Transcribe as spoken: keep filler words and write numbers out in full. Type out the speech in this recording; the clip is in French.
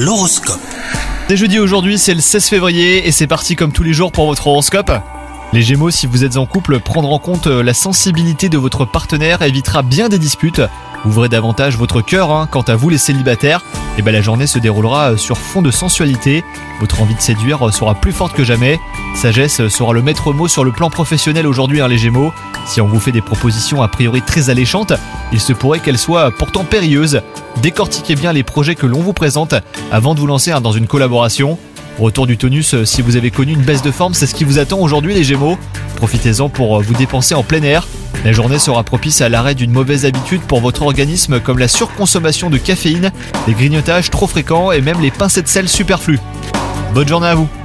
L'horoscope. C'est jeudi aujourd'hui, c'est le seize février et c'est parti comme tous les jours pour votre horoscope. Les Gémeaux, si vous êtes en couple, prendre en compte la sensibilité de votre partenaire évitera bien des disputes. Ouvrez davantage votre cœur, hein. Quant à vous les célibataires, eh ben la journée se déroulera sur fond de sensualité. Votre envie de séduire sera plus forte que jamais. Sagesse sera le maître mot sur le plan professionnel aujourd'hui, hein, les Gémeaux. Si on vous fait des propositions a priori très alléchantes, il se pourrait qu'elles soient pourtant périlleuses. Décortiquez bien les projets que l'on vous présente avant de vous lancer hein, dans une collaboration. Retour du tonus, si vous avez connu une baisse de forme, c'est ce qui vous attend aujourd'hui les Gémeaux. Profitez-en pour vous dépenser en plein air. La journée sera propice à l'arrêt d'une mauvaise habitude pour votre organisme comme la surconsommation de caféine, les grignotages trop fréquents et même les pincées de sel superflus. Bonne journée à vous.